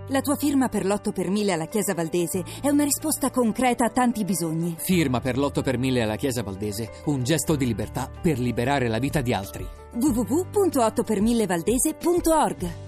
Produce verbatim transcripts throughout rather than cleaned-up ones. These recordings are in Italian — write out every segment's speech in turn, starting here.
La tua firma per l'otto per mille alla Chiesa Valdese è una risposta concreta a tanti bisogni. Firma per l'otto per mille alla Chiesa Valdese, un gesto di libertà per liberare la vita di altri. w w w punto otto per mille valdese punto org.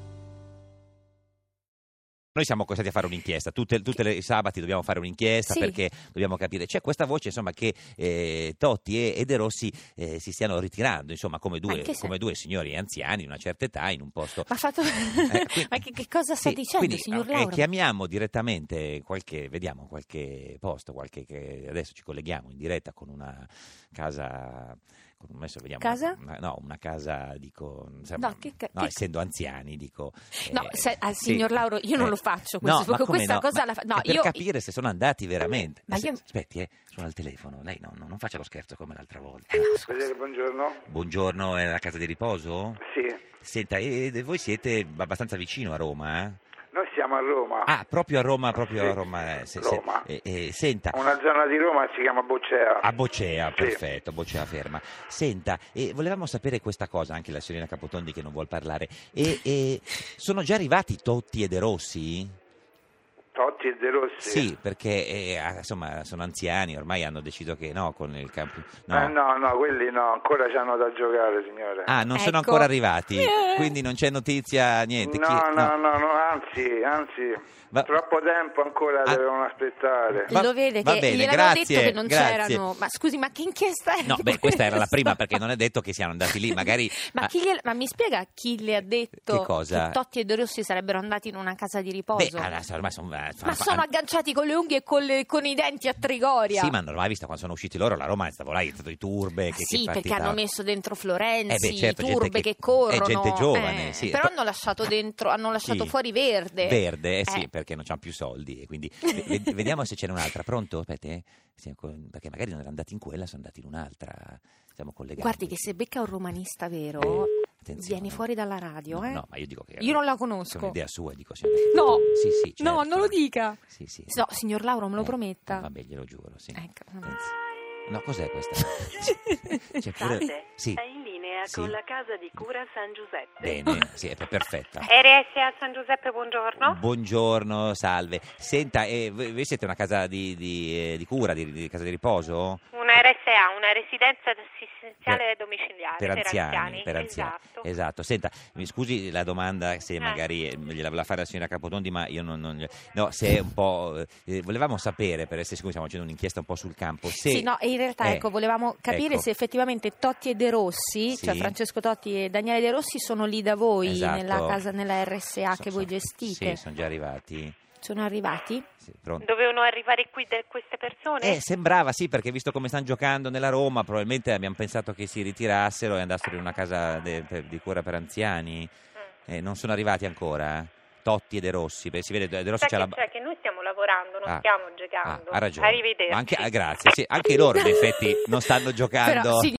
Noi siamo costretti a fare un'inchiesta, tutte, tutte le sabati dobbiamo fare un'inchiesta, sì, perché dobbiamo capire, c'è questa voce insomma che eh, Totti e, e De Rossi eh, si stiano ritirando, insomma come due, come due signori anziani di una certa età in un posto. Ma, fatto... eh, quindi, ma che, che cosa sta sì, dicendo quindi, signor eh, Lauro? Chiamiamo direttamente qualche, vediamo qualche posto, qualche che adesso ci colleghiamo in diretta con una casa... Adesso vediamo casa? Una, no, una casa, dico, sembra, no, che, che, no, essendo anziani, dico. No, eh, se, al sì, signor Lauro io non eh, lo faccio questo, no, questa no? cosa ma, la fa. No, per io capire se sono andati veramente. Ma io... Aspetti, eh, sono al telefono, lei no, no, non faccia lo scherzo come l'altra volta. Eh, Vedete, buongiorno. Buongiorno, è la casa di riposo? Sì. Senta, e, e voi siete abbastanza vicino a Roma, eh? Noi siamo a Roma. Ah, proprio a Roma, proprio sì. a Roma. Eh, se, Roma. Se, eh, eh, senta. Una zona di Roma si chiama Boccea. A Boccea, sì. perfetto, Boccea Ferma. Senta, eh, volevamo sapere questa cosa, anche la signorina Capotondi che non vuol parlare. E, e sono già arrivati Totti e De Rossi? Totti e De Rossi? Sì, perché eh, insomma sono anziani, ormai hanno deciso che no, con il campo. No, eh, no, no, quelli no, ancora c'hanno da giocare, signore. Ah, non ecco. sono ancora arrivati, quindi non c'è notizia, niente. No, Chi... no, no, no, no, anzi, anzi. Va... Troppo tempo ancora ah. dovevano aspettare. Va... Lo vede va che bene, gliel'avevo grazie, detto che non grazie. c'erano. Ma scusi, ma che inchiesta è? No, beh, questa era la prima perché non è detto che siano andati lì, magari. ma, chi gliel... ma mi spiega chi le ha detto che, cosa? che Totti e De Rossi sarebbero andati in una casa di riposo? Beh, adesso, ormai sono, ma fa... sono agganciati con le unghie e con, le... con i denti a Trigoria. Sì, ma non l'hai vista quando sono usciti loro, la Roma stavo là, è stato i turbe. Che, sì, che perché hanno messo dentro Florenzi, eh beh, certo, turbe che... che corrono. È gente giovane, eh, sì. Però hanno lasciato dentro, hanno lasciato sì. fuori Verde. Verde, eh, eh. sì, perché non c'hanno più soldi e quindi vediamo se c'è un'altra. Pronto? Aspetta, eh? Perché magari non erano andati in quella, sono andati in un'altra. Siamo collegati. Guardi che se becca un romanista vero, attenzione, vieni fuori dalla radio. No, eh? no, ma io dico che. Io non la conosco. È un'idea sua, dico. No, sì, sì, certo. No, non lo dica. Sì, sì. No, signor Lauro, me lo eh, prometta. Vabbè, glielo giuro, sì. Ecco. No, cos'è questa? C'è pure... Sì. È in linea sì. con la casa di cura San Giuseppe. Bene, sì, è perfetta. R S A San Giuseppe, buongiorno. Buongiorno, salve. Senta, eh, voi siete una casa di, di, eh, di cura, di, di casa di riposo? Una R S A, una residenza assistenziale per, domiciliare per per anziani. anziani. Per anziani. Esatto. Esatto. Senta, mi scusi la domanda se eh. magari eh, gliela voleva fare la signora Capotondi, ma io non... non no, se è un po'... Eh, volevamo sapere, per essere sicuri, stiamo facendo un'inchiesta un po' sul campo. Se, sì, no, in realtà eh, ecco, volevamo capire ecco. se effettivamente Totti e De Rossi, sì. cioè Francesco Totti e Daniele De Rossi, sono lì da voi, esatto. nella casa, nella R S A so, che so, voi gestite. Sì, sono già arrivati. Sono arrivati? Sì, pronto. Dovevano arrivare qui de- queste persone? Eh, sembrava sì, perché visto come stanno giocando nella Roma, probabilmente abbiamo pensato che si ritirassero e andassero in una casa de- per, di cura per anziani. Mm. Eh, non sono arrivati ancora? Totti e De Rossi, perché si vede De Rossi c'ha che la... c'è che noi stiamo lavorando, non ah. stiamo giocando. Ah, ha ragione. Arrivederci. Ma anche, ah, grazie, sì, anche loro in effetti non stanno giocando. Però, sì,